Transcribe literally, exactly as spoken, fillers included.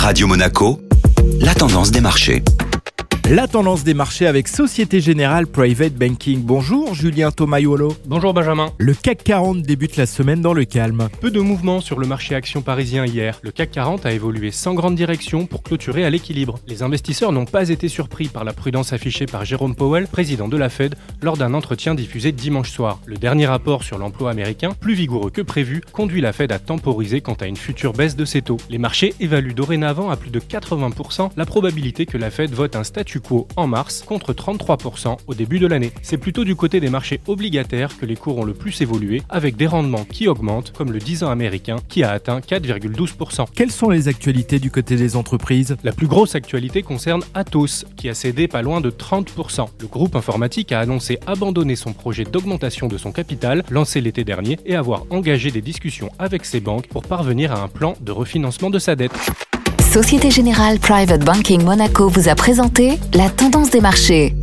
Radio Monaco, la tendance des marchés. La tendance des marchés avec Société Générale Private Banking. Bonjour Julien Tomayolo. Bonjour Benjamin. Le C A C quarante débute la semaine dans le calme. Peu de mouvements sur le marché action parisien hier. Le C A C quarante a évolué sans grande direction pour clôturer à l'équilibre. Les investisseurs n'ont pas été surpris par la prudence affichée par Jérôme Powell, président de la Fed, lors d'un entretien diffusé dimanche soir. Le dernier rapport sur l'emploi américain, plus vigoureux que prévu, conduit la Fed à temporiser quant à une future baisse de ses taux. Les marchés évaluent dorénavant à plus de quatre-vingts pour cent la probabilité que la Fed vote un statu quo en mars contre trente-trois pour cent au début de l'année. C'est plutôt du côté des marchés obligataires que les cours ont le plus évolué, avec des rendements qui augmentent, comme le dix ans américain qui a atteint quatre virgule douze pour cent. Quelles sont les actualités du côté des entreprises ? La plus grosse actualité concerne Atos, qui a cédé pas loin de trente pour cent. Le groupe informatique a annoncé abandonner son projet d'augmentation de son capital, lancé l'été dernier, et avoir engagé des discussions avec ses banques pour parvenir à un plan de refinancement de sa dette. Société Générale Private Banking Monaco vous a présenté la tendance des marchés.